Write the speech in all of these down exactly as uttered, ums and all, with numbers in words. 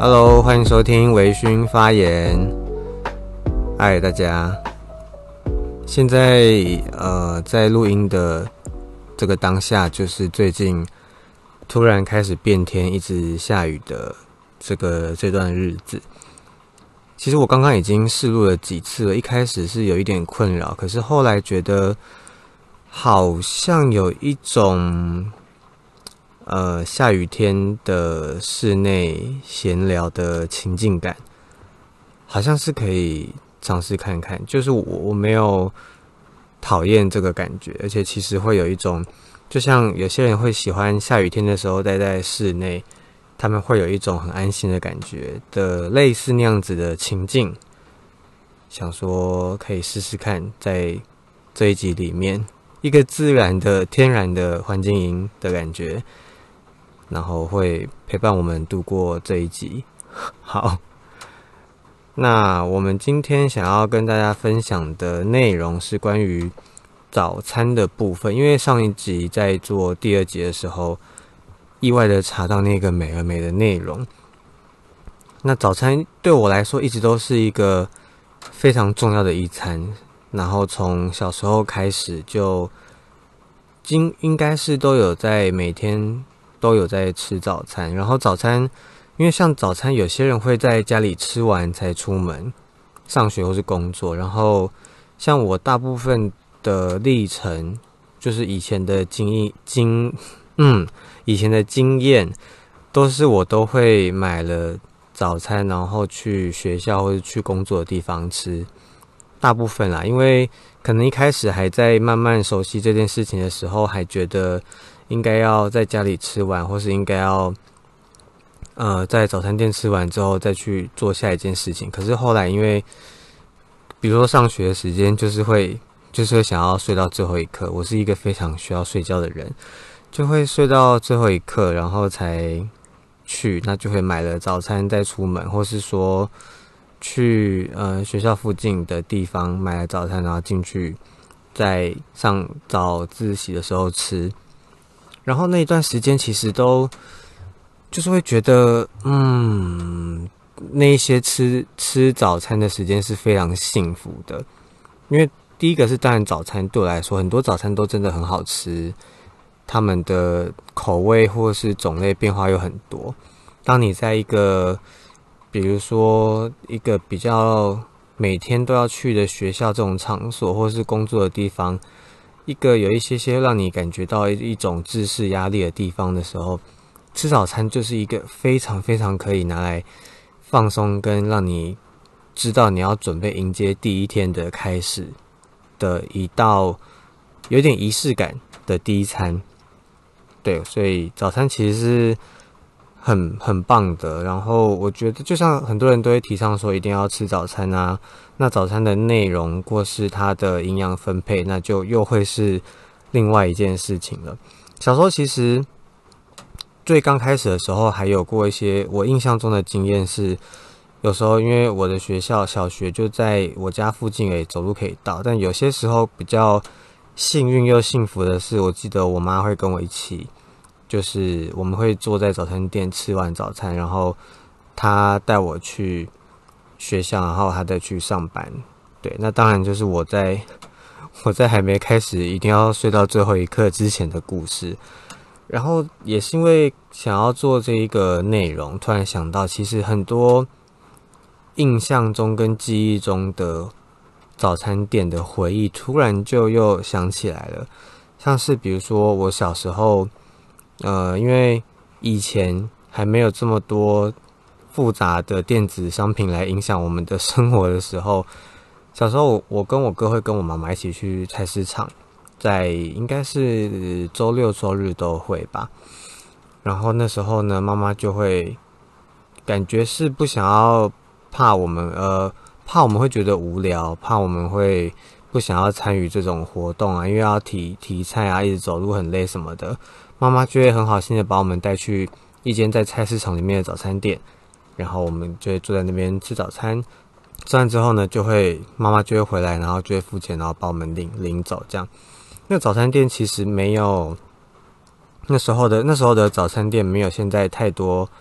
Hello， 欢迎收听微醺发言。嗨，大家！现在呃，在录音的这个当下，就是最近突然开始变天，一直下雨的这个这段日子。其实我刚刚已经试录了几次了，一开始是有一点困扰，可是后来觉得好像有一种呃，下雨天的室内闲聊的情境感，好像是可以尝试看看。就是我我没有讨厌这个感觉，而且其实会有一种，就像有些人会喜欢下雨天的时候待在室内，他们会有一种很安心的感觉的类似那样子的情境。想说可以试试看，在这一集里面，一个自然的、天然的环境音的感觉。然后会陪伴我们度过这一集。好，那我们今天想要跟大家分享的内容是关于早餐的部分。因为上一集在做第二集的时候，意外的查到那个美而美的内容。那早餐对我来说一直都是一个非常重要的一餐，然后从小时候开始就应应该是都有在每天都有在吃早餐，然后早餐，因为像早餐，有些人会在家里吃完才出门上学或是工作，然后像我大部分的历程，就是以前的经验经，嗯，以前的经验，都是我都会买了早餐，然后去学校或者去工作的地方吃，大部分啦，因为可能一开始还在慢慢熟悉这件事情的时候，还觉得应该要在家里吃完，或是应该要呃在早餐店吃完之后再去做下一件事情。可是后来因为比如说上学的时间，就是会就是会想要睡到最后一刻，我是一个非常需要睡觉的人，就会睡到最后一刻，然后才去，那就会买了早餐再出门，或是说去呃学校附近的地方买了早餐，然后进去在上早自习的时候吃。然后那一段时间其实都就是会觉得，嗯，那一些吃吃早餐的时间是非常幸福的。因为第一个是当然早餐对我来说，很多早餐都真的很好吃，他们的口味或是种类变化又很多。当你在一个比如说一个比较每天都要去的学校这种场所，或是工作的地方，一个有一些些让你感觉到一种知识压力的地方的时候，吃早餐就是一个非常非常可以拿来放松跟让你知道你要准备迎接第一天的开始的一道有点仪式感的第一餐。对，所以早餐其实是很很棒的。然后我觉得就像很多人都会提倡说一定要吃早餐啊，那早餐的内容或是它的营养分配，那就又会是另外一件事情了。小时候其实最刚开始的时候还有过一些我印象中的经验是，有时候因为我的学校小学就在我家附近而已，走路可以到，但有些时候比较幸运又幸福的是，我记得我妈会跟我一起，就是我们会坐在早餐店吃完早餐，然后她带我去学校，然后她再去上班。对，那当然就是我在我在还没开始一定要睡到最后一刻之前的故事。然后也是因为想要做这一个内容，突然想到其实很多印象中跟记忆中的早餐店的回忆突然就又想起来了。像是比如说我小时候呃，因为以前还没有这么多复杂的电子商品来影响我们的生活的时候，小时候我跟我哥会跟我妈妈一起去菜市场，在应该是周六周日都会吧。然后那时候呢，妈妈就会感觉是不想要怕我们呃怕我们会觉得无聊，怕我们会不想要参与这种活动啊，因为要提提菜啊，一直走路很累什么的。妈妈就会很好心的把我们带去一间在菜市场里面的早餐店，然后我们就会坐在那边吃早餐。吃完之后呢，就会妈妈就会回来，然后就会付钱，然后把我们领领走这样。那早餐店其实没有那时候的那时候的早餐店没有现在太多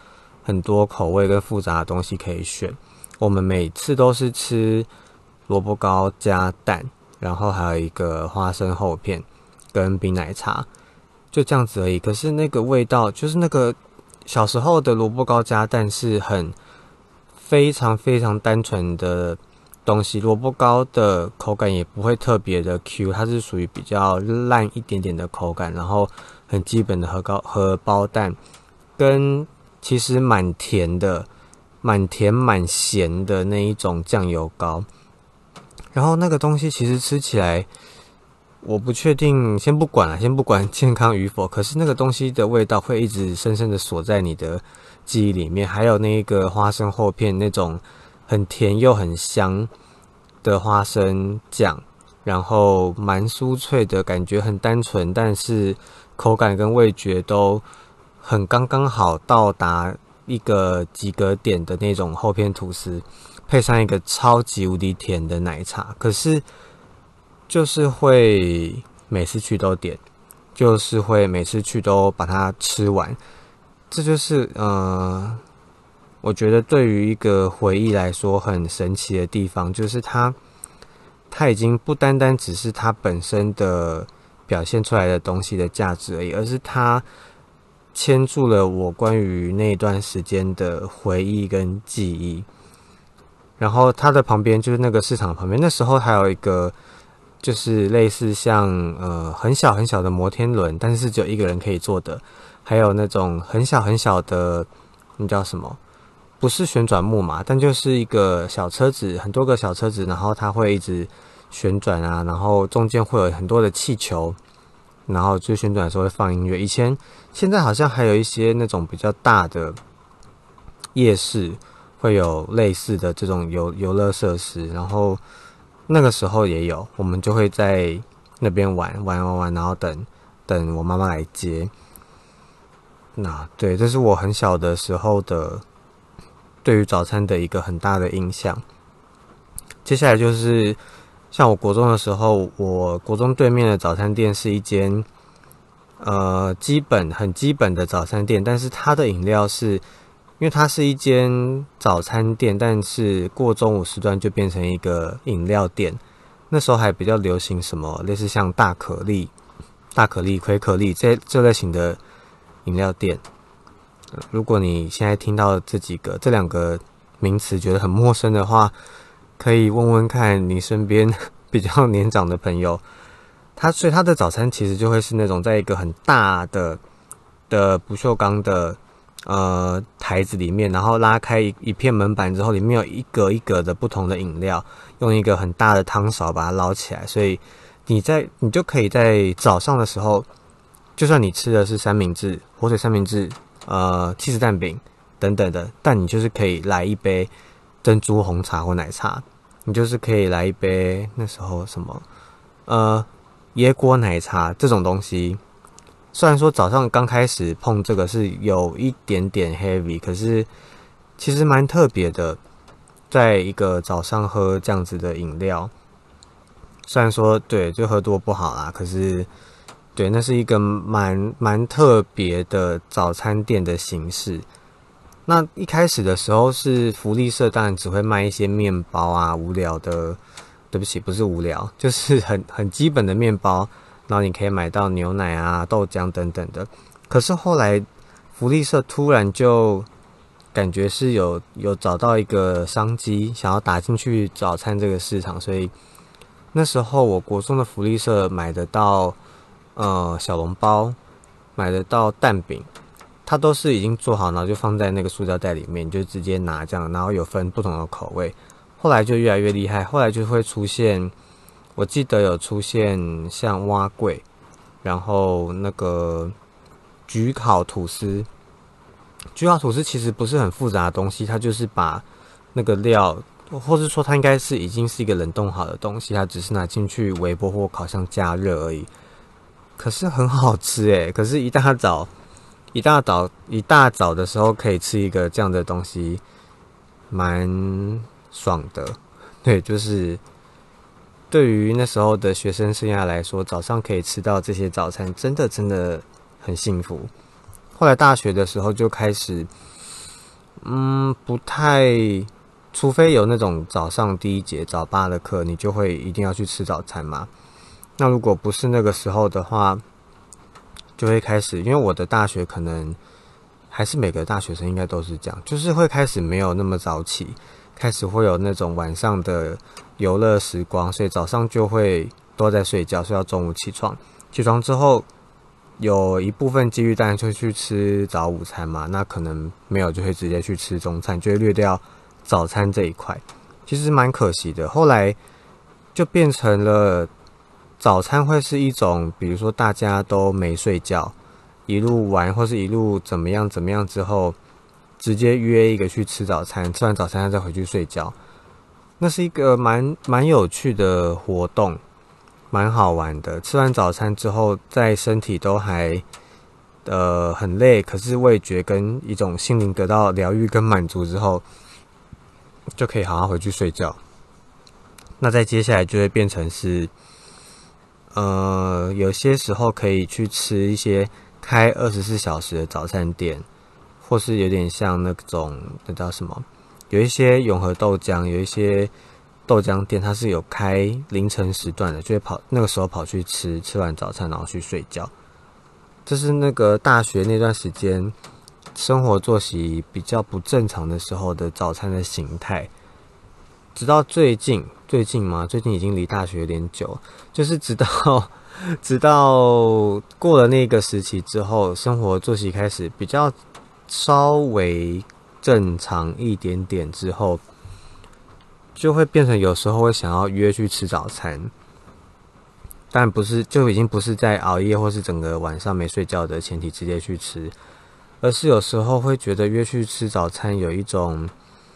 很多口味跟复杂的东西可以选。我们每次都是吃萝卜糕加蛋，然后还有一个花生厚片跟冰奶茶，就这样子而已。可是那个味道，就是那个小时候的萝卜糕加蛋是很非常非常单纯的东西，萝卜糕的口感也不会特别的 Q， 它是属于比较烂一点点的口感，然后很基本的荷包荷包蛋，跟其实蛮甜的。蛮甜蛮咸的那一种酱油膏，然后那个东西其实吃起来，我不确定，先不管了，先不管健康与否，可是那个东西的味道会一直深深的锁在你的记忆里面。还有那个花生厚片，那种很甜又很香的花生酱，然后蛮酥脆的感觉，很单纯，但是口感跟味觉都很刚刚好到达一个及格点的那种厚片吐司，配上一个超级无敌甜的奶茶，可是就是会每次去都点，就是会每次去都把它吃完。这就是呃，我觉得对于一个回忆来说很神奇的地方，就是它它已经不单单只是它本身的表现出来的东西的价值而已，而是它牵住了我关于那段时间的回忆跟记忆。然后它的旁边就是那个市场旁边，那时候还有一个就是类似像呃很小很小的摩天轮，但是只有一个人可以坐的，还有那种很小很小的那叫什么，不是旋转木马，但就是一个小车子，很多个小车子，然后它会一直旋转啊，然后中间会有很多的气球，然后就旋转的时候会放音乐。以前现在好像还有一些那种比较大的夜市会有类似的这种游游乐设施，然后那个时候也有，我们就会在那边玩玩玩玩，然后等等我妈妈来接。那对，这是我很小的时候的对于早餐的一个很大的印象。接下来就是像我国中的时候，我国中对面的早餐店是一间呃基本很基本的早餐店，但是它的饮料是因为它是一间早餐店，但是过中午时段就变成一个饮料店。那时候还比较流行什么类似像大可丽、大可丽、葵可丽这这类型的饮料店。如果你现在听到这几个这两个名词觉得很陌生的话，可以问问看你身边比较年长的朋友。他所以他的早餐其实就会是那种在一个很大的的不锈钢的呃台子里面，然后拉开一一片门板之后，里面有一格一格的不同的饮料，用一个很大的汤勺把它捞起来，所以你在你就可以在早上的时候，就算你吃的是三明治、火腿三明治、呃起司蛋饼等等的，但你就是可以来一杯珍珠红茶或奶茶，你就是可以来一杯那时候什么呃椰果奶茶这种东西。虽然说早上刚开始碰这个是有一点点 heavy， 可是其实蛮特别的，在一个早上喝这样子的饮料。虽然说对就喝多不好啦，可是对那是一个蛮蛮特别的早餐店的形式。那一开始的时候是福利社，当然只会卖一些面包啊，无聊的，对不起，不是无聊，就是很很基本的面包，然后你可以买到牛奶啊、豆浆等等的。可是后来福利社突然就感觉是有有找到一个商机，想要打进去早餐这个市场，所以那时候我国中的福利社买得到呃小笼包，买得到蛋饼。它都是已经做好，然后就放在那个塑胶袋里面，就直接拿这样，然后有分不同的口味。后来就越来越厉害，后来就会出现，我记得有出现像蛙桂，然后那个焗烤吐司。焗烤吐司其实不是很复杂的东西，它就是把那个料，或是说它应该是已经是一个冷冻好的东西，它只是拿进去微波或烤箱加热而已。可是很好吃诶，可是一大早。一大早一大早的时候可以吃一个这样的东西，蛮爽的。对，就是对于那时候的学生生涯来说，早上可以吃到这些早餐，真的真的很幸福。后来大学的时候就开始， 嗯，不太，除非有那种早上第一节早八的课，你就会一定要去吃早餐嘛。那如果不是那个时候的话，就会开始，因为我的大学可能还是每个大学生应该都是这样，就是会开始没有那么早起，开始会有那种晚上的游乐时光，所以早上就会都在睡觉，睡到中午起床。起床之后，有一部分几率当然就去吃早午餐嘛，那可能没有就会直接去吃中餐，就会略掉早餐这一块，其实蛮可惜的。后来就变成了早餐会是一种，比如说大家都没睡觉，一路玩或是一路怎么样怎么样之后，直接约一个去吃早餐，吃完早餐再回去睡觉。那是一个蛮蛮有趣的活动，蛮好玩的。吃完早餐之后，在身体都还呃很累，可是味觉跟一种心灵得到疗愈跟满足之后，就可以好好回去睡觉。那再接下来就会变成是，呃，有些时候可以去吃一些开二十四小时的早餐店，或是有点像那种那叫什么，有一些永和豆浆，有一些豆浆店，它是有开凌晨时段的，就会跑那个时候跑去吃，吃完早餐然后去睡觉。这是那个大学那段时间生活作息比较不正常的时候的早餐的形态。直到最近，最近嘛，最近已经离大学有点久，就是直到直到过了那个时期之后，生活作息开始比较稍微正常一点点之后，就会变成有时候会想要约去吃早餐，但不是就已经不是在熬夜或是整个晚上没睡觉的前提直接去吃，而是有时候会觉得约去吃早餐有一种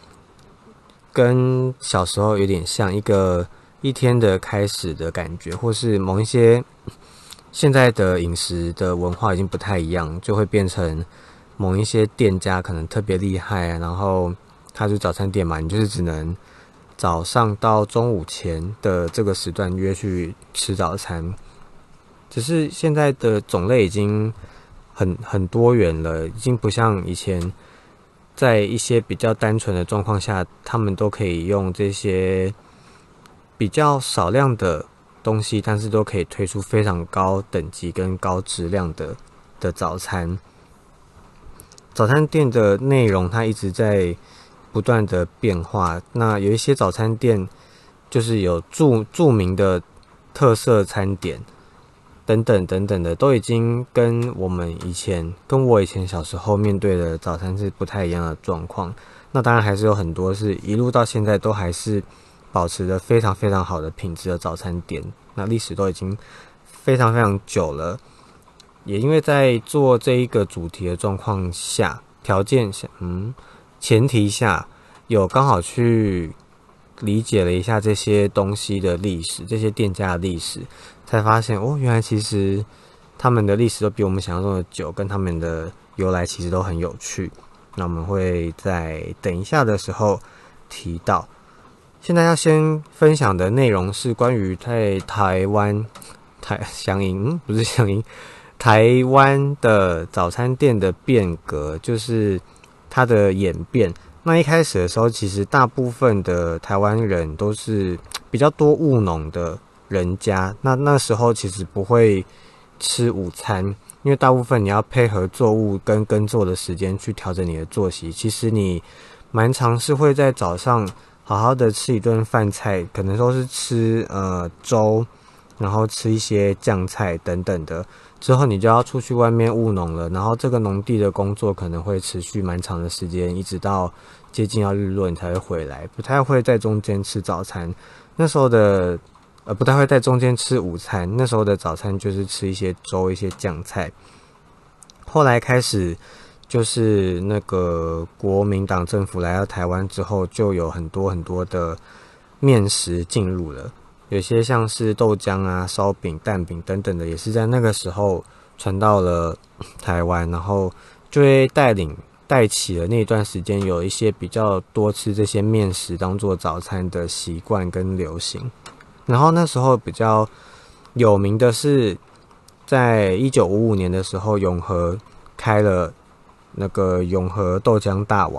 跟小时候有点像一个一天的开始的感觉，或是某一些现在的饮食的文化已经不太一样，就会变成某一些店家可能特别厉害啊，然后它是早餐店嘛，你就是只能早上到中午前的这个时段约去吃早餐。只是现在的种类已经很很多元了，已经不像以前在一些比较单纯的状况下，他们都可以用这些比较少量的东西，但是都可以推出非常高等级跟高质量的的早餐。早餐店的内容它一直在不断的变化，那有一些早餐店就是有著著名的特色餐点等等等等的，都已经跟我们以前跟我以前小时候面对的早餐是不太一样的状况。那当然还是有很多是一路到现在都还是保持着非常非常好的品质的早餐店，那历史都已经非常非常久了。也因为在做这一个主题的状况下，条件下，嗯，前提下，有刚好去理解了一下这些东西的历史，这些店家的历史，才发现哦，原来其实他们的历史都比我们想象中的久，跟他们的由来其实都很有趣。那我们会在等一下的时候提到。现在要先分享的内容是关于在台湾台乡音，嗯，不是乡音，台湾的早餐店的变革，就是它的演变。那一开始的时候，其实大部分的台湾人都是比较多务农的人家，那那时候其实不会吃午餐，因为大部分你要配合作物跟耕作的时间去调整你的作息。其实你蛮常是会在早上好好的吃一顿饭菜，可能都是吃呃粥，然后吃一些酱菜等等的，之后你就要出去外面务农了，然后这个农地的工作可能会持续蛮长的时间，一直到接近要日落你才会回来，不太会在中间吃早餐。那时候的呃不太会在中间吃午餐，那时候的早餐就是吃一些粥一些酱菜。后来开始就是那个国民党政府来到台湾之后，就有很多很多的面食进入了，有些像是豆浆啊、烧饼、蛋饼等等的，也是在那个时候传到了台湾，然后就会带领带起了那段时间有一些比较多吃这些面食当做早餐的习惯跟流行。然后那时候比较有名的是，在一九五五年的时候，永和开了那个永和豆浆大王。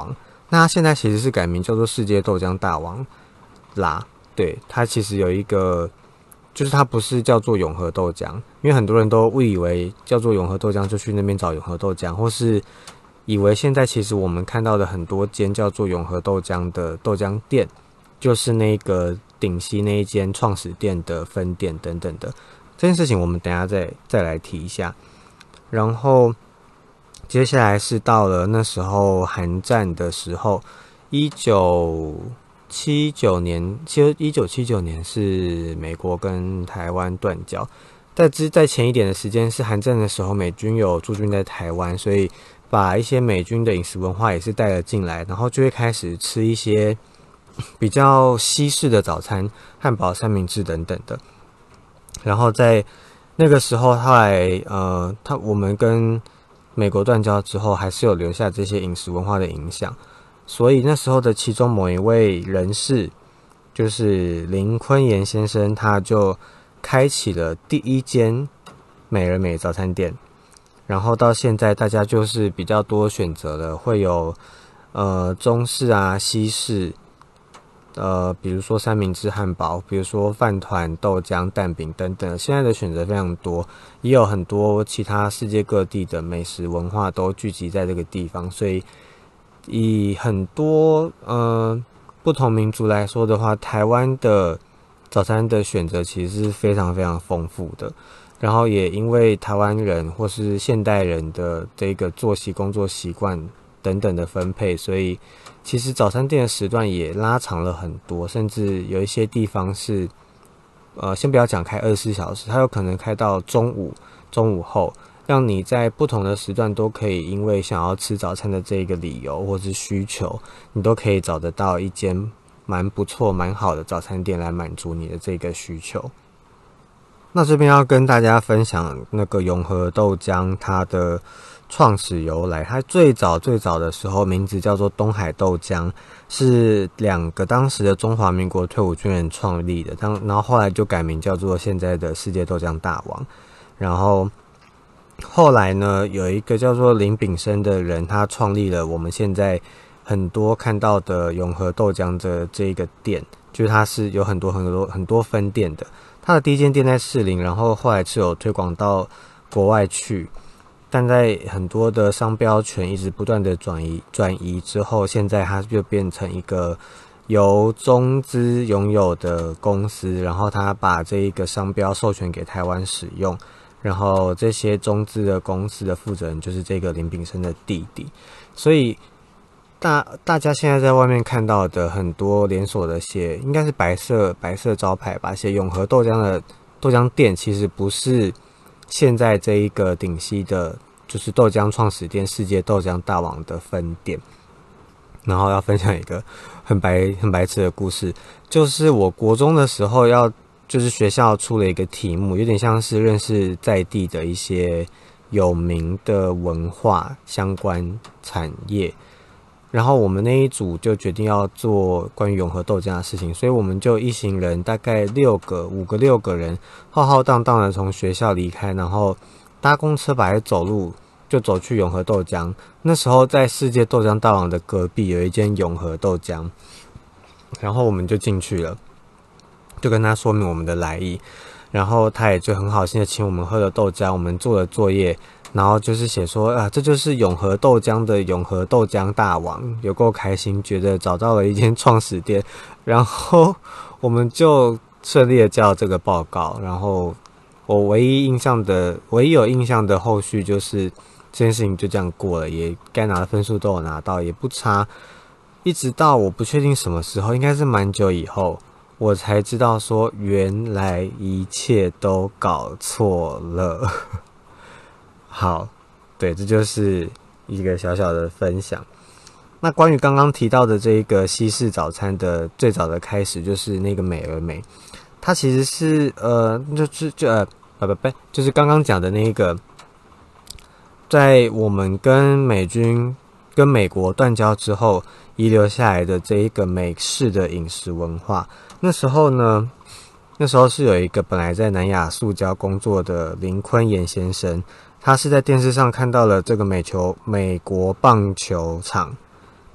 那它现在其实是改名叫做世界豆浆大王啦。对，它其实有一个，就是它不是叫做永和豆浆，因为很多人都误以为叫做永和豆浆就去那边找永和豆浆，或是以为现在其实我们看到的很多间叫做永和豆浆的豆浆店，就是那个顶溪那一间创始店的分店等等的。这件事情我们等一下再再来提一下。然后接下来是到了那时候韩战的时候，一九七九年，其实一九七九年是美国跟台湾断交，在之在前一点的时间是韩战的时候，美军有驻军在台湾，所以把一些美军的饮食文化也是带了进来，然后就会开始吃一些比较西式的早餐，汉堡、三明治等等的。然后在那个时候，后来呃，他我们跟美国断交之后，还是有留下这些饮食文化的影响。所以那时候的其中某一位人士，就是林坤炎先生，他就开启了第一间美人美早餐店。然后到现在，大家就是比较多选择了，会有呃中式啊、西式。呃，比如说三明治、汉堡，比如说饭团、豆浆、蛋饼等等，现在的选择非常多，也有很多其他世界各地的美食文化都聚集在这个地方，所以以很多呃不同民族来说的话，台湾的早餐的选择其实是非常非常丰富的。然后也因为台湾人或是现代人的这个作息、工作习惯等等的分配，所以其实早餐店的时段也拉长了很多，甚至有一些地方是，呃，先不要讲开二十四小时，它有可能开到中午、中午后，让你在不同的时段都可以，因为想要吃早餐的这个理由或是需求，你都可以找得到一间蛮不错、蛮好的早餐店来满足你的这个需求。那这边要跟大家分享那个永和豆浆它的创始由来，它最早最早的时候名字叫做东海豆浆，是两个当时的中华民国退伍军人创立的，当然后后来就改名叫做现在的世界豆浆大王。然后后来呢，有一个叫做林炳生的人，他创立了我们现在很多看到的永和豆浆的这个店，就是它是有很多很多很多分店的。它的第一间店在士林，然后后来是有推广到国外去，但在很多的商标权一直不断的转移转移之后，现在它就变成一个由中资拥有的公司，然后它把这一个商标授权给台湾使用，然后这些中资的公司的负责人就是这个林炳生的弟弟，所以大大家现在在外面看到的很多连锁的写，应该是白色白色招牌吧，写永和豆浆的豆浆店，其实不是现在这一个顶溪的，就是豆浆创始店世界豆浆大王的分店。然后要分享一个很白很白痴的故事，就是我国中的时候要，就是学校出了一个题目，有点像是认识在地的一些有名的文化相关产业。然后我们那一组就决定要做关于永和豆浆的事情，所以我们就一行人大概六个五个六个人浩浩荡荡的从学校离开，然后搭公车吧还是走路就走去永和豆浆。那时候在世界豆浆大王的隔壁有一间永和豆浆，然后我们就进去了，就跟他说明我们的来意，然后他也就很好心的请我们喝了豆浆，我们做了作业，然后就是写说啊，这就是永和豆浆的永和豆浆大王，有够开心，觉得找到了一间创始店，然后我们就顺利的交了这个报告。然后我唯一印象的唯一有印象的后续就是这件事情就这样过了，也该拿的分数都有拿到，也不差。一直到我不确定什么时候，应该是蛮久以后，我才知道说原来一切都搞错了。好，对，这就是一个小小的分享。那关于刚刚提到的这个西式早餐的最早的开始，就是那个美而美，它其实是呃，就是就呃，不不不，就是刚刚讲的那个，在我们跟美军跟美国断交之后遗留下来的这一个美式的饮食文化。那时候呢，那时候是有一个本来在南亚塑胶工作的林坤炎先生。他是在电视上看到了这个美球美国棒球场，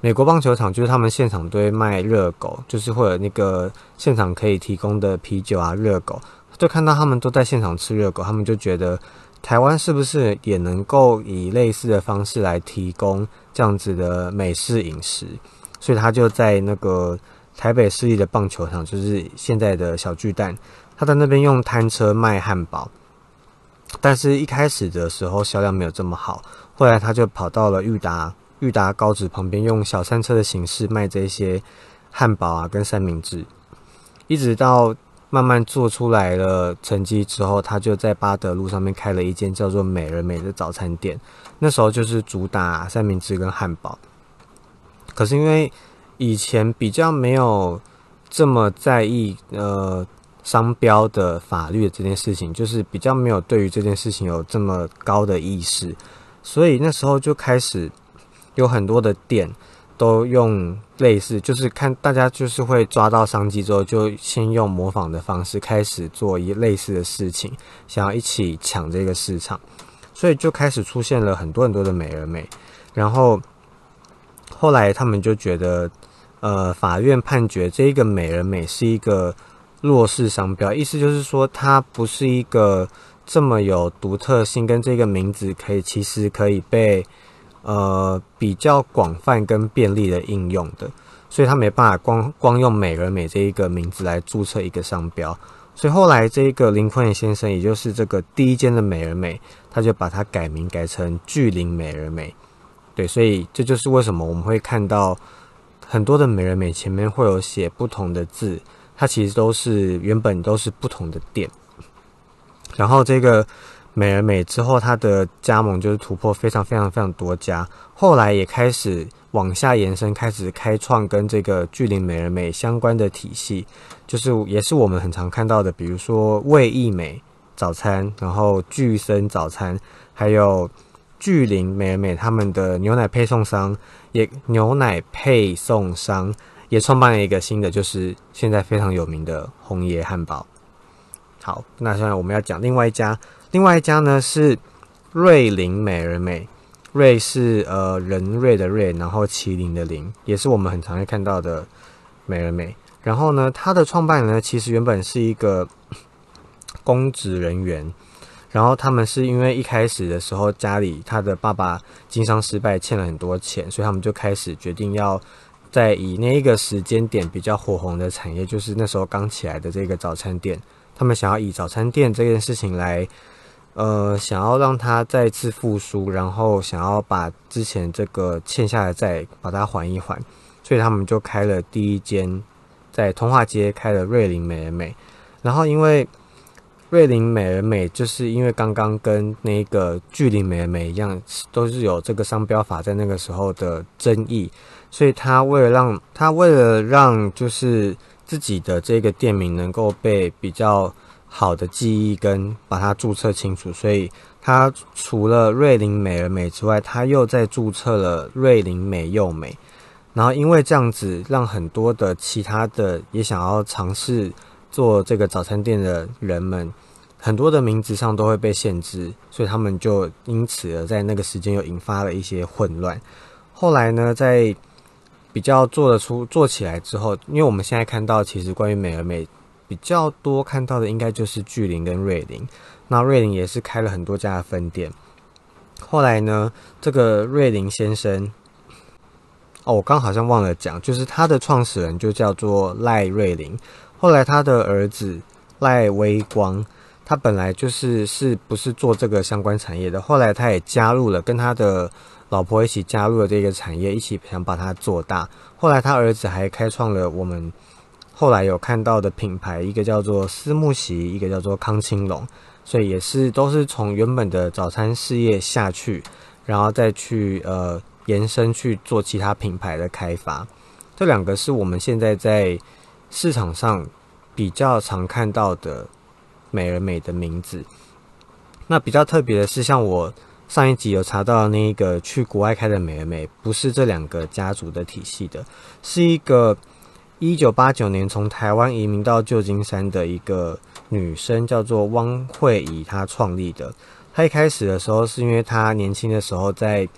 美国棒球场就是他们现场都会卖热狗，就是会有那个现场可以提供的啤酒啊、热狗，就看到他们都在现场吃热狗，他们就觉得台湾是不是也能够以类似的方式来提供这样子的美式饮食，所以他就在那个台北市立的棒球场，就是现在的小巨蛋，他在那边用摊车卖汉堡，但是一开始的时候销量没有这么好，后来他就跑到了裕达裕达高职旁边，用小餐车的形式卖这些汉堡啊跟三明治，一直到慢慢做出来了成绩之后，他就在八德路上面开了一间叫做美而美的早餐店，那时候就是主打三明治跟汉堡。可是因为以前比较没有这么在意呃商标的法律的这件事情，就是比较没有对于这件事情有这么高的意识，所以那时候就开始有很多的店都用类似，就是看大家就是会抓到商机之后，就先用模仿的方式开始做一类似的事情，想要一起抢这个市场，所以就开始出现了很多很多的美而美。然后后来他们就觉得，呃，法院判决这一个美而美是一个弱势商标，意思就是说它不是一个这么有独特性，跟这个名字可以其实可以被呃比较广泛跟便利的应用的，所以他没办法光光用美而美这一个名字来注册一个商标，所以后来这个林坤先生，也就是这个第一间的美而美，他就把它改名改成巨林美而美。对，所以这就是为什么我们会看到很多的美而美前面会有写不同的字，它其实都是原本都是不同的店。然后这个美而美之后，它的加盟就是突破非常非常非常多家，后来也开始往下延伸，开始开创跟这个巨林美而美相关的体系，就是也是我们很常看到的，比如说味益美早餐，然后巨森早餐，还有巨林美而美他们的牛奶配送商，也牛奶配送商也创办了一个新的，就是现在非常有名的红爷汉堡。好，那现在我们要讲另外一家，另外一家呢是瑞林美而美，瑞是呃人瑞的瑞，然后麒麟的麟，也是我们很常会看到的美而美。然后呢，它的创办人呢其实原本是一个公职人员。然后他们是因为一开始的时候家里他的爸爸经商失败，欠了很多钱，所以他们就开始决定要在以那一个时间点比较火红的产业，就是那时候刚起来的这个早餐店，他们想要以早餐店这件事情来呃，想要让它再次复苏，然后想要把之前这个欠下的债把它还一还，所以他们就开了第一间在通化街开了瑞林美而美。然后因为瑞林美而美就是因为刚刚跟那个巨林美而美一样，都是有这个商标法在那个时候的争议，所以他为了让他为了让就是自己的这个店名能够被比较好的记忆跟把它注册清楚，所以他除了瑞林美而美之外，他又在注册了瑞林美又美。然后因为这样子，让很多的其他的也想要尝试做这个早餐店的人们，很多的名字上都会被限制，所以他们就因此而在那个时间又引发了一些混乱。后来呢，在比较做得出做起来之后，因为我们现在看到其实关于美而美比较多看到的应该就是巨林跟瑞林，那瑞林也是开了很多家的分店。后来呢，这个瑞林先生哦，我刚好像忘了讲，就是他的创始人就叫做赖瑞林。后来他的儿子赖威光，他本来就是是不是做这个相关产业的，后来他也加入了，跟他的老婆一起加入了这个产业，一起想把它做大。后来他儿子还开创了我们后来有看到的品牌，一个叫做思慕喜，一个叫做康青龙，所以也是都是从原本的早餐事业下去，然后再去呃延伸去做其他品牌的开发。这两个是我们现在在市场上比较常看到的美而美的名字。那比较特别的是，像我上一集有查到的那一个去国外开的美而美，不是这两个家族的体系的，是一个一九八九年从台湾移民到旧金山的一个女生，叫做汪慧仪，她创立的。她一开始的时候是因为她年轻的时候在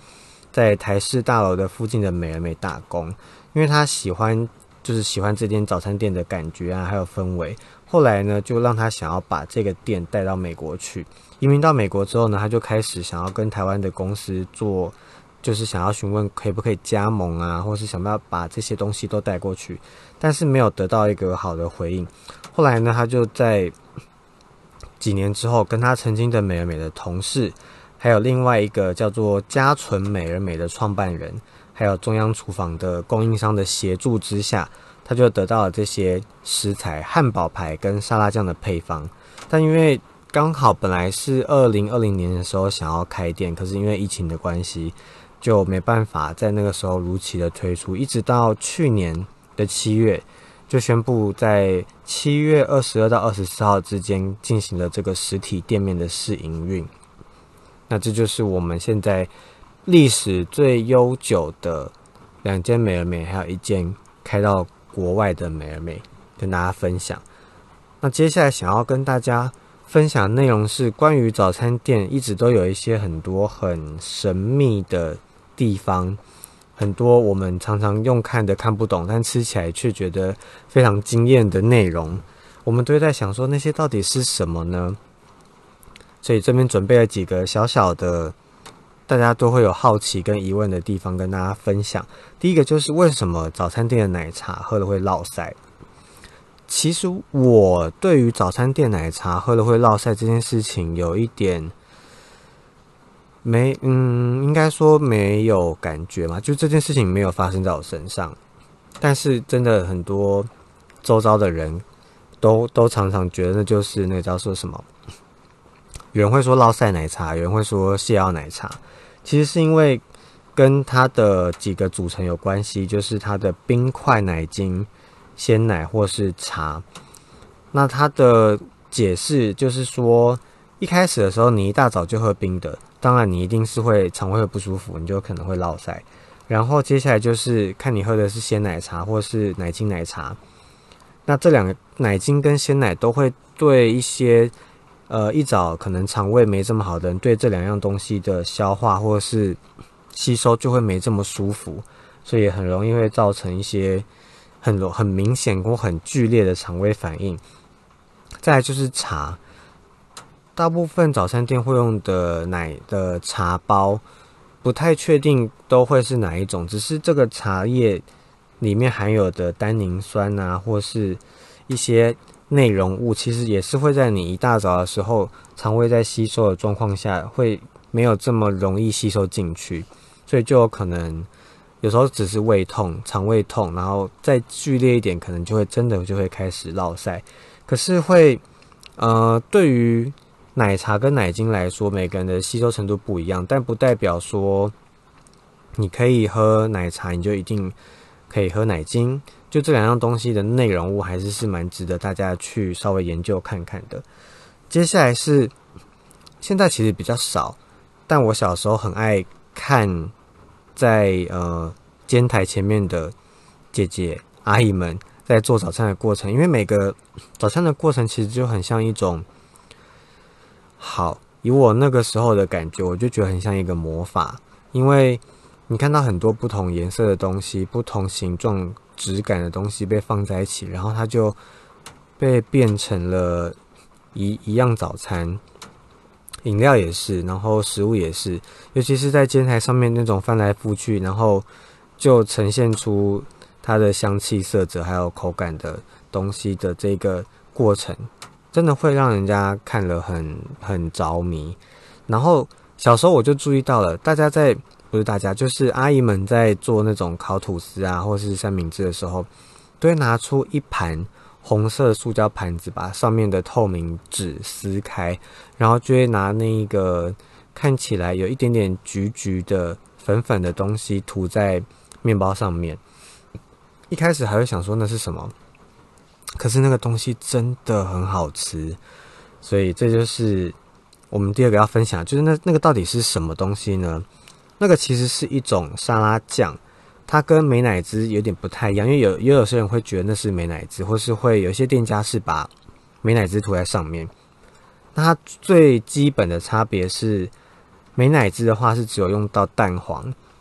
在台视大楼的附近的美而美打工，因为他喜欢就是喜欢这间早餐店的感觉啊，还有氛围。后来呢，就让他想要把这个店带到美国去。移民到美国之后呢，他就开始想要跟台湾的公司做，就是想要询问可不可以加盟啊，或是想要把这些东西都带过去，但是没有得到一个好的回应。后来呢，他就在几年之后，跟他曾经的美而美的同事，还有另外一个叫做嘉纯美而美的创办人，还有中央厨房的供应商的协助之下，他就得到了这些食材、汉堡排跟沙拉酱的配方。但因为刚好本来是二零二零年的时候想要开店，可是因为疫情的关系，就没办法在那个时候如期的推出，一直到去年的七月，就宣布在七月二十二到二十四号之间进行了这个实体店面的试营运。那这就是我们现在历史最悠久的两间美而美，还有一间开到国外的美而美，跟大家分享。那接下来想要跟大家分享的内容是关于早餐店一直都有一些很多很神秘的地方，很多我们常常用看的看不懂，但吃起来却觉得非常惊艳的内容，我们都会在想说那些到底是什么呢？所以这边准备了几个小小的大家都会有好奇跟疑问的地方跟大家分享。第一个就是为什么早餐店的奶茶喝了会落腮？其实我对于早餐店奶茶喝了会落腮这件事情有一点没嗯，应该说没有感觉嘛，就这件事情没有发生在我身上，但是真的很多周遭的人都都常常觉得那就是那个叫做什么，有人会说落腮奶茶，有人会说泻药奶茶，其实是因为跟它的几个组成有关系，就是它的冰块奶精、鲜奶或是茶。那它的解释就是说，一开始的时候你一大早就喝冰的，当然你一定是会肠胃会不舒服，你就可能会落腮。然后接下来就是看你喝的是鲜奶茶或是奶精奶茶，那这两个奶精跟鲜奶都会对一些呃一早可能肠胃没这么好的人，对这两样东西的消化或是吸收就会没这么舒服，所以很容易会造成一些很很明显或很剧烈的肠胃反应。再来就是茶，大部分早餐店会用的奶的茶包，不太确定都会是哪一种，只是这个茶叶里面含有的单宁酸啊，或是一些内容物，其实也是会在你一大早的时候，肠胃在吸收的状况下，会没有这么容易吸收进去，所以就有可能有时候只是胃痛、肠胃痛，然后再剧烈一点，可能就会真的就会开始落腮。可是会，呃，对于奶茶跟奶精来说，每个人的吸收程度不一样，但不代表说你可以喝奶茶，你就一定可以喝奶精。就这两样东西的内容物，还是是蛮值得大家去稍微研究看看的。接下来是现在其实比较少，但我小时候很爱看在呃煎台前面的姐姐阿姨们在做早餐的过程，因为每个早餐的过程其实就很像一种，好，以我那个时候的感觉，我就觉得很像一个魔法，因为你看到很多不同颜色的东西、不同形状、质感的东西被放在一起，然后它就被变成了一一样早餐。饮料也是，然后食物也是，尤其是在煎台上面那种翻来覆去，然后就呈现出它的香气、色泽还有口感的东西的这个过程，真的会让人家看了很很着迷。然后小时候我就注意到了，大家在不是大家，就是阿姨们在做那种烤吐司啊，或是三明治的时候，都会拿出一盘红色的塑胶盘子，把上面的透明纸撕开，然后就会拿那个看起来有一点点橘橘的粉粉的东西涂在面包上面。一开始还会想说那是什么，可是那个东西真的很好吃，所以这就是我们第二个要分享，就是那那个到底是什么东西呢？那个其实是一种沙拉酱，它跟美乃滋有点不太一样，因为有也有些人会觉得那是美乃滋，或是会有些店家是把美乃滋涂在上面。那它最基本的差别是，美乃滋的话是只有用到蛋黄，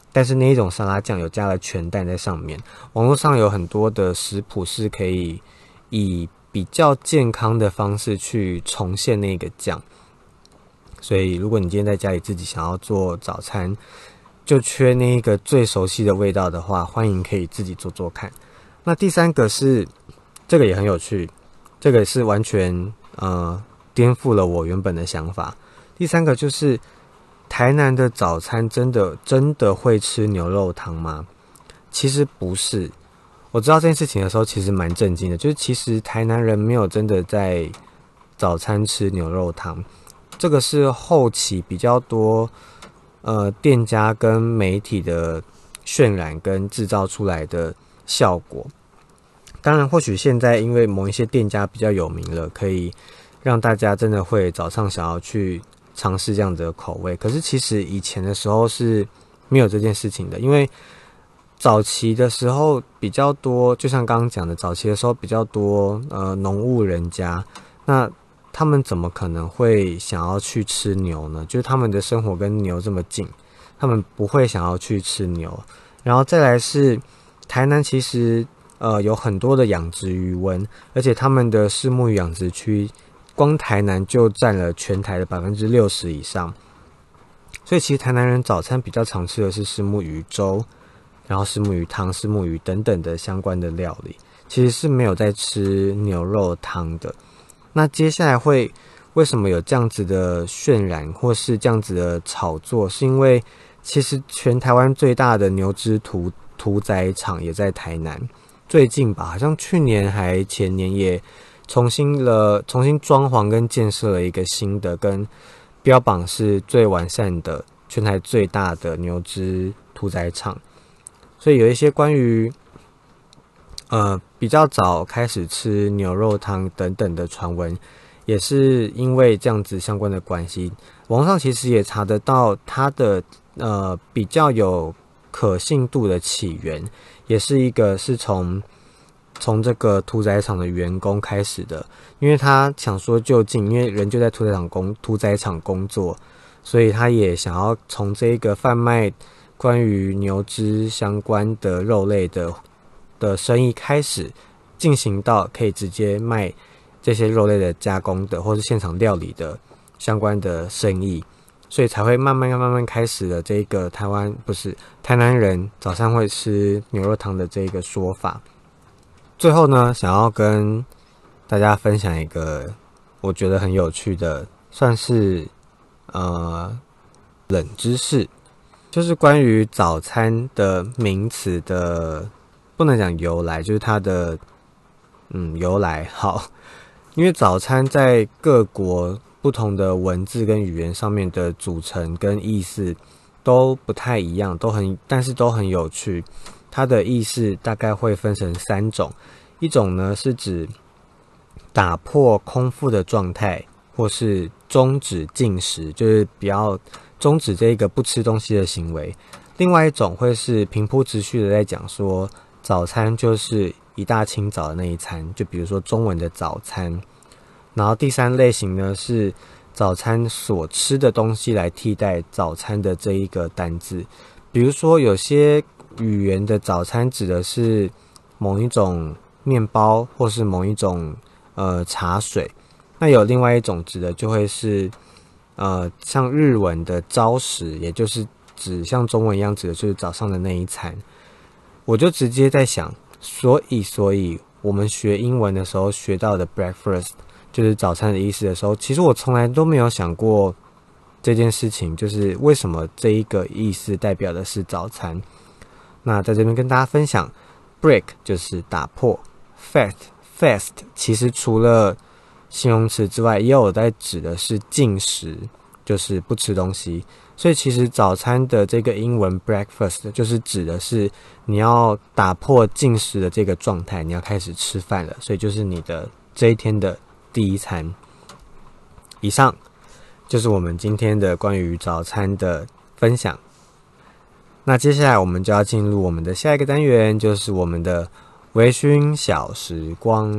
但是那一种沙拉酱有加了全蛋在上面。网络上有很多的食谱是可以以比较健康的方式去重现那个酱，所以如果你今天在家里自己想要做早餐，就缺那一个最熟悉的味道的话，欢迎可以自己做做看。那第三个是，这个也很有趣，这个是完全呃颠覆了我原本的想法。第三个就是台南的早餐真的真的会吃牛肉汤吗？其实不是。我知道这件事情的时候，其实蛮震惊的，就是其实台南人没有真的在早餐吃牛肉汤，这个是后期比较多呃店家跟媒体的渲染跟制造出来的效果。当然，或许现在因为某一些店家比较有名了，可以让大家真的会早上想要去尝试这样子的口味。可是其实以前的时候是没有这件事情的，因为早期的时候比较多，就像刚刚讲的，早期的时候比较多呃农务人家，那他们怎么可能会想要去吃牛呢？就是他们的生活跟牛这么近，他们不会想要去吃牛。然后再来是台南，其实呃有很多的养殖渔塭，而且他们的虱目鱼养殖区，光台南就占了全台的百分之六十以上。所以其实台南人早餐比较常吃的是虱目鱼粥，然后虱目鱼汤、虱目鱼等等的相关的料理，其实是没有在吃牛肉汤的。那接下来会为什么有这样子的渲染或是这样子的炒作？是因为其实全台湾最大的牛只屠屠宰场也在台南，最近吧，好像去年还前年也重新了重新装潢跟建设了一个新的，跟标榜是最完善的全台最大的牛只屠宰场。所以有一些关于呃比较早开始吃牛肉汤等等的传闻，也是因为这样子相关的关系。网上其实也查得到它的呃比较有可信度的起源，也是一个是从从这个屠宰场的员工开始的，因为他想说就近，因为人就在屠宰场工屠宰场工作，所以他也想要从这个贩卖关于牛只相关的肉类的的生意开始，进行到可以直接卖这些肉类的加工的或是现场料理的相关的生意，所以才会慢慢慢慢开始了这个台湾不是台南人早上会吃牛肉汤的这个说法。最后呢，想要跟大家分享一个我觉得很有趣的，算是呃冷知识。就是关于早餐的名词的，不能讲由来，就是它的嗯由来。好，因为早餐在各国不同的文字跟语言上面的组成跟意思都不太一样，都很但是都很有趣。它的意思大概会分成三种，一种呢是指打破空腹的状态，或是终止进食，就是不要终止这个不吃东西的行为。另外一种会是平铺直叙的在讲说，早餐就是一大清早的那一餐，就比如说中文的早餐。然后第三类型呢是早餐所吃的东西来替代早餐的这一个单字，比如说有些语言的早餐指的是某一种面包或是某一种呃茶水，那有另外一种指的就会是呃像日文的朝食，也就是指像中文一样指的就是早上的那一餐。我就直接在想，所以所以我们学英文的时候学到的 breakfast 就是早餐的意思的时候，其实我从来都没有想过这件事情，就是为什么这一个意思代表的是早餐。那在这边跟大家分享， break 就是打破， fast fast 其实除了形容词之外，也有在指的是进食，就是不吃东西。所以其实早餐的这个英文 breakfast 就是指的是你要打破进食的这个状态，你要开始吃饭了，所以就是你的这一天的第一餐。以上就是我们今天的关于早餐的分享。那接下来我们就要进入我们的下一个单元，就是我们的微醺小时光。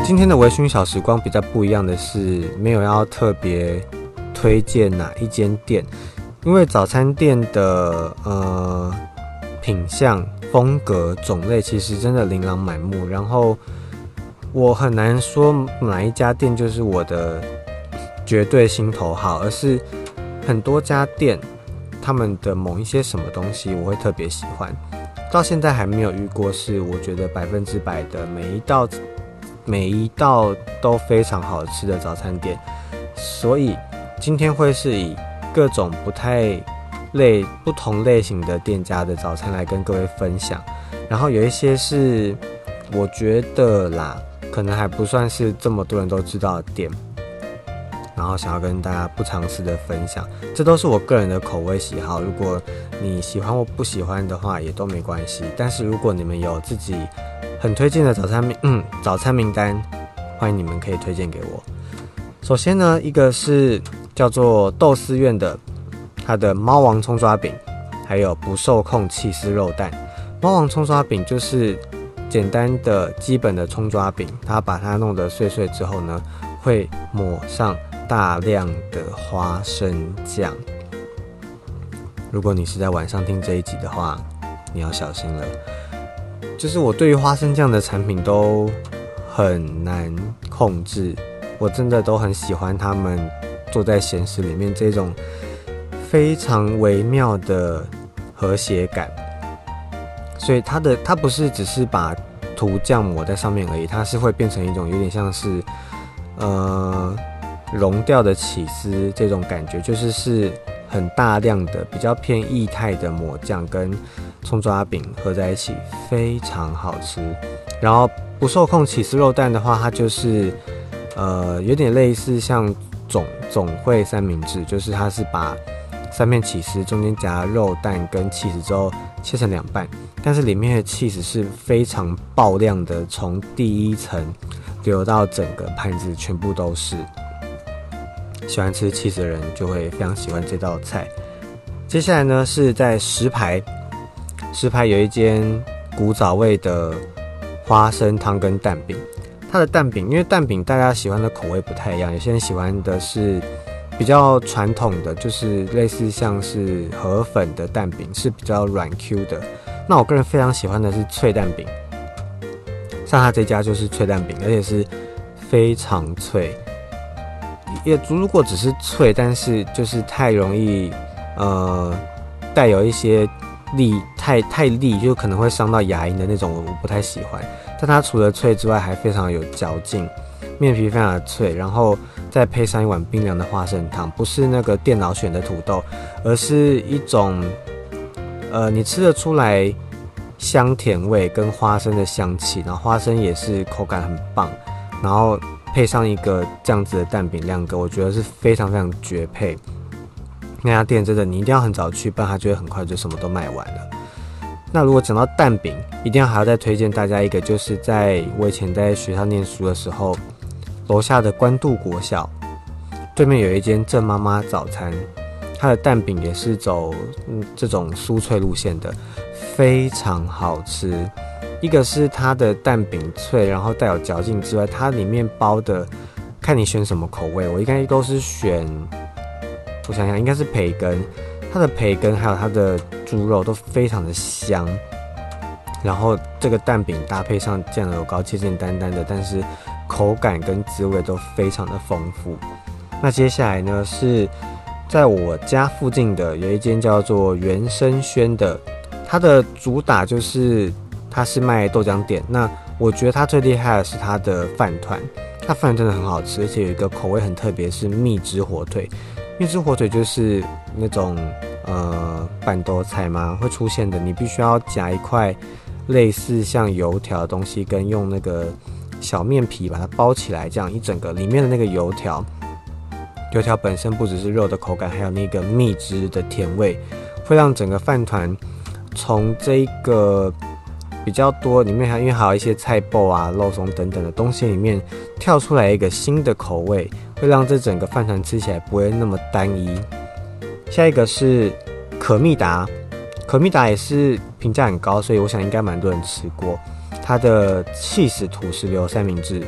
今天的微醺小时光比较不一样的是，没有要特别推荐哪一间店，因为早餐店的呃品相、风格、种类其实真的琳琅满目，然后我很难说哪一家店就是我的绝对心头好，而是很多家店他们的某一些什么东西我会特别喜欢，到现在还没有遇过是我觉得百分之百的每一道每一道都非常好吃的早餐店，所以今天会是以各种不太类不同类型的店家的早餐来跟各位分享，然后有一些是我觉得啦，可能还不算是这么多人都知道的店，然后想要跟大家不尝试的分享，这都是我个人的口味喜好，如果你喜欢或不喜欢的话也都没关系，但是如果你们有自己很推荐的早餐名嗯早餐名单，欢迎你们可以推荐给我。首先呢，一个是叫做豆丝苑的它的猫王葱抓饼，还有不受控起司肉蛋。猫王葱抓饼就是简单的基本的葱抓饼，它把它弄得碎碎之后呢，会抹上大量的花生酱。如果你是在晚上听这一集的话，你要小心了。就是我对于花生酱的产品都很难控制，我真的都很喜欢他们坐在咸食里面这种非常微妙的和谐感，所以它的它不是只是把涂酱抹在上面而已，它是会变成一种有点像是呃溶掉的起司这种感觉，就是是很大量的比较偏液态的抹酱跟葱抓饼合在一起，非常好吃。然后不受控起司肉蛋的话，它就是呃有点类似像总总会三明治，就是它是把三片起司中间夹肉蛋跟起司之后切成两半，但是里面的起司是非常爆量的，从第一层流到整个盘子全部都是。喜欢吃起司的人就会非常喜欢这道菜。接下来呢是在石牌，石牌有一间古早味的花生汤跟蛋饼。它的蛋饼，因为蛋饼大家喜欢的口味不太一样，有些人喜欢的是比较传统的，就是类似像是河粉的蛋饼，是比较软 Q 的。那我个人非常喜欢的是脆蛋饼，像它这家就是脆蛋饼，而且是非常脆。也如果只是脆，但是就是太容易呃带有一些粒，太太粒就可能会伤到牙龈的那种，我不太喜欢。但它除了脆之外还非常有嚼劲，面皮非常的脆，然后再配上一碗冰凉的花生汤，不是那个电脑选的土豆，而是一种呃你吃得出来香甜味跟花生的香气，然后花生也是口感很棒，然后配上一个这样子的蛋饼，两个我觉得是非常非常绝配。那家店真的你一定要很早去，不然它就会很快就什么都卖完了。那如果讲到蛋饼，一定要还要再推荐大家一个，就是在我以前在学校念书的时候，楼下的关渡国小对面有一间郑妈妈早餐，它的蛋饼也是走、嗯、这种酥脆路线的，非常好吃。一个是它的蛋饼脆，然后带有嚼劲之外，它里面包的看你选什么口味，我应该都是选，我想想应该是培根，它的培根还有它的猪肉都非常的香，然后这个蛋饼搭配上酱油膏，简简单单的，但是口感跟滋味都非常的丰富。那接下来呢是在我家附近的有一间叫做原生轩的，它的主打就是它是卖豆浆店，那我觉得它最厉害的是它的饭团，它饭团真的很好吃，而且有一个口味很特别，是蜜汁火腿。蜜汁火腿就是那种呃板豆菜嘛会出现的，你必须要夹一块类似像油条的东西，跟用那个小面皮把它包起来，这样一整个里面的那个油条，油条本身不只是肉的口感，还有那个蜜汁的甜味，会让整个饭团从这个比较多里面还因为还有一些菜脯啊、肉松等等的东西里面跳出来一个新的口味，会让这整个饭团吃起来不会那么单一。下一个是可蜜达，可蜜达也是评价很高，所以我想应该蛮多人吃过。它的起司吐司流三明治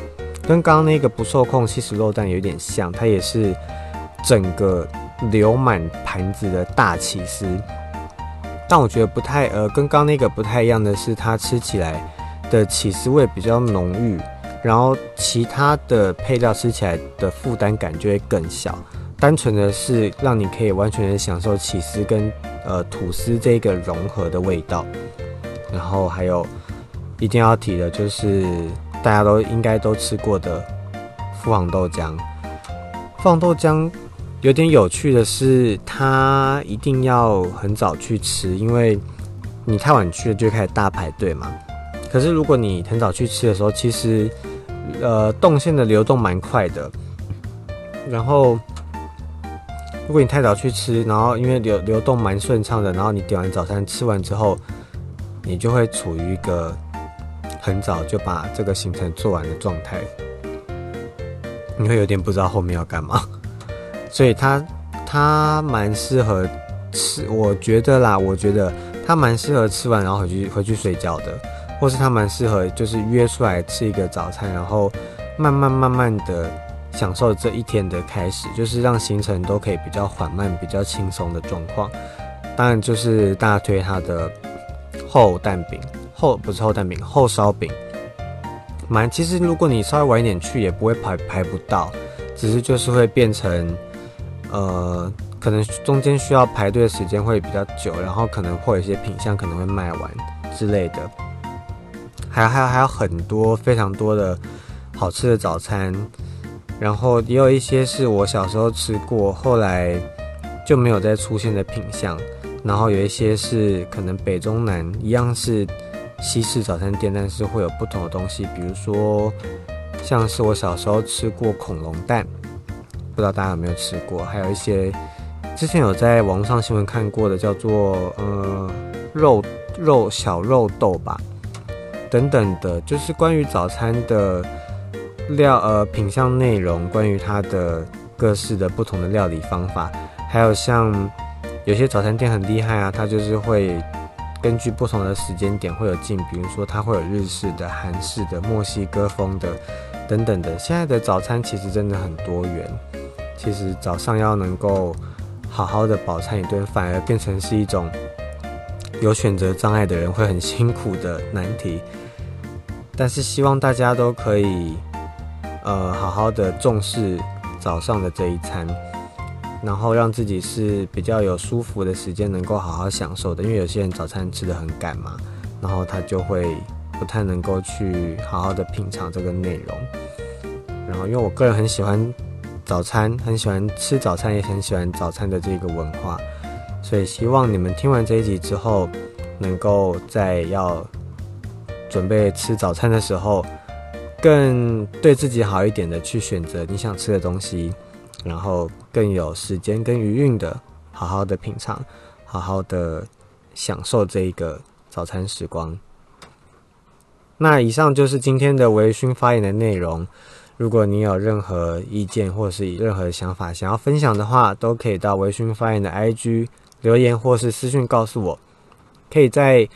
跟刚刚那个不受控气死肉蛋有点像，它也是整个流满盘子的大起司。但我觉得不太呃，跟刚刚那个不太一样的是，它吃起来的起司味比较浓郁，然后其他的配料吃起来的负担感就会更小。单纯的是让你可以完全的享受起司跟呃吐司这个融合的味道。然后还有一定要提的就是大家都应该都吃过的富航豆浆。富航豆浆有点有趣的是，它一定要很早去吃，因为你太晚去了就开始大排队嘛。可是如果你很早去吃的时候，其实呃动线的流动蛮快的。然后如果你太早去吃，然后因为流流动蛮顺畅的，然后你点完早餐吃完之后，你就会处于一个很早就把这个行程做完的状态，你会有点不知道后面要干嘛。所以它它蛮适合吃，我觉得啦，我觉得它蛮适合吃完然后回去回去睡觉的，或是它蛮适合就是约出来吃一个早餐，然后慢慢慢慢的享受这一天的开始，就是让行程都可以比较缓慢、比较轻松的状况。当然就是大推它的厚蛋饼，厚不是厚蛋饼，厚烧饼。蛮其实如果你稍微晚一点去，也不会排排不到，只是就是会变成。呃，可能中间需要排队的时间会比较久，然后可能会有一些品项可能会卖完之类的，还有还有还有很多非常多的好吃的早餐，然后也有一些是我小时候吃过，后来就没有再出现的品项，然后有一些是可能北中南一样是西式早餐店，但是会有不同的东西，比如说像是我小时候吃过恐龙蛋。不知道大家有没有吃过，还有一些之前有在网络上新闻看过的，叫做呃肉肉小肉豆吧，等等的，就是关于早餐的料呃品项内容，关于它的各式的不同的料理方法，还有像有些早餐店很厉害啊，它就是会根据不同的时间点会有进，比如说它会有日式的、韩式的、墨西哥风的等等的。现在的早餐其实真的很多元。其实早上要能够好好的饱餐一顿，反而变成是一种有选择障碍的人会很辛苦的难题。但是希望大家都可以呃好好的重视早上的这一餐，然后让自己是比较有舒服的时间能够好好享受的。因为有些人早餐吃得很赶嘛，然后他就会不太能够去好好的品尝这个内容。然后因为我个人很喜欢早餐，很喜欢吃早餐，也很喜欢早餐的这个文化，所以希望你们听完这一集之后，能够在要准备吃早餐的时候，更对自己好一点的去选择你想吃的东西，然后更有时间跟余韵的好好的品尝，好好的享受这一个早餐时光。那以上就是今天的微醺发言的内容。如果你有任何意见或是任何想法想要分享的话，都可以到微醺发言的 I G 留言或是私讯告诉我。可以在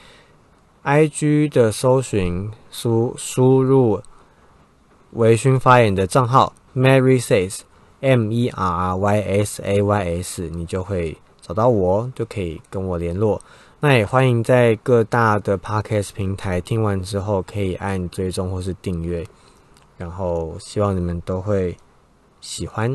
I G 的搜寻输输入微醺发言的账号 Mary Says M E R R Y S A Y S， 你就会找到我，就可以跟我联络。那也欢迎在各大的 Podcast 平台听完之后可以按追踪或是订阅。然后希望你们都会喜欢。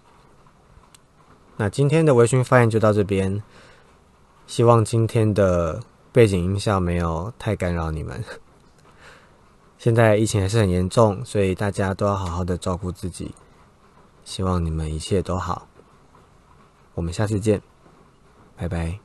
那今天的微醺发言就到这边，希望今天的背景音效没有太干扰你们。现在疫情还是很严重，所以大家都要好好的照顾自己。希望你们一切都好。我们下次见，拜拜。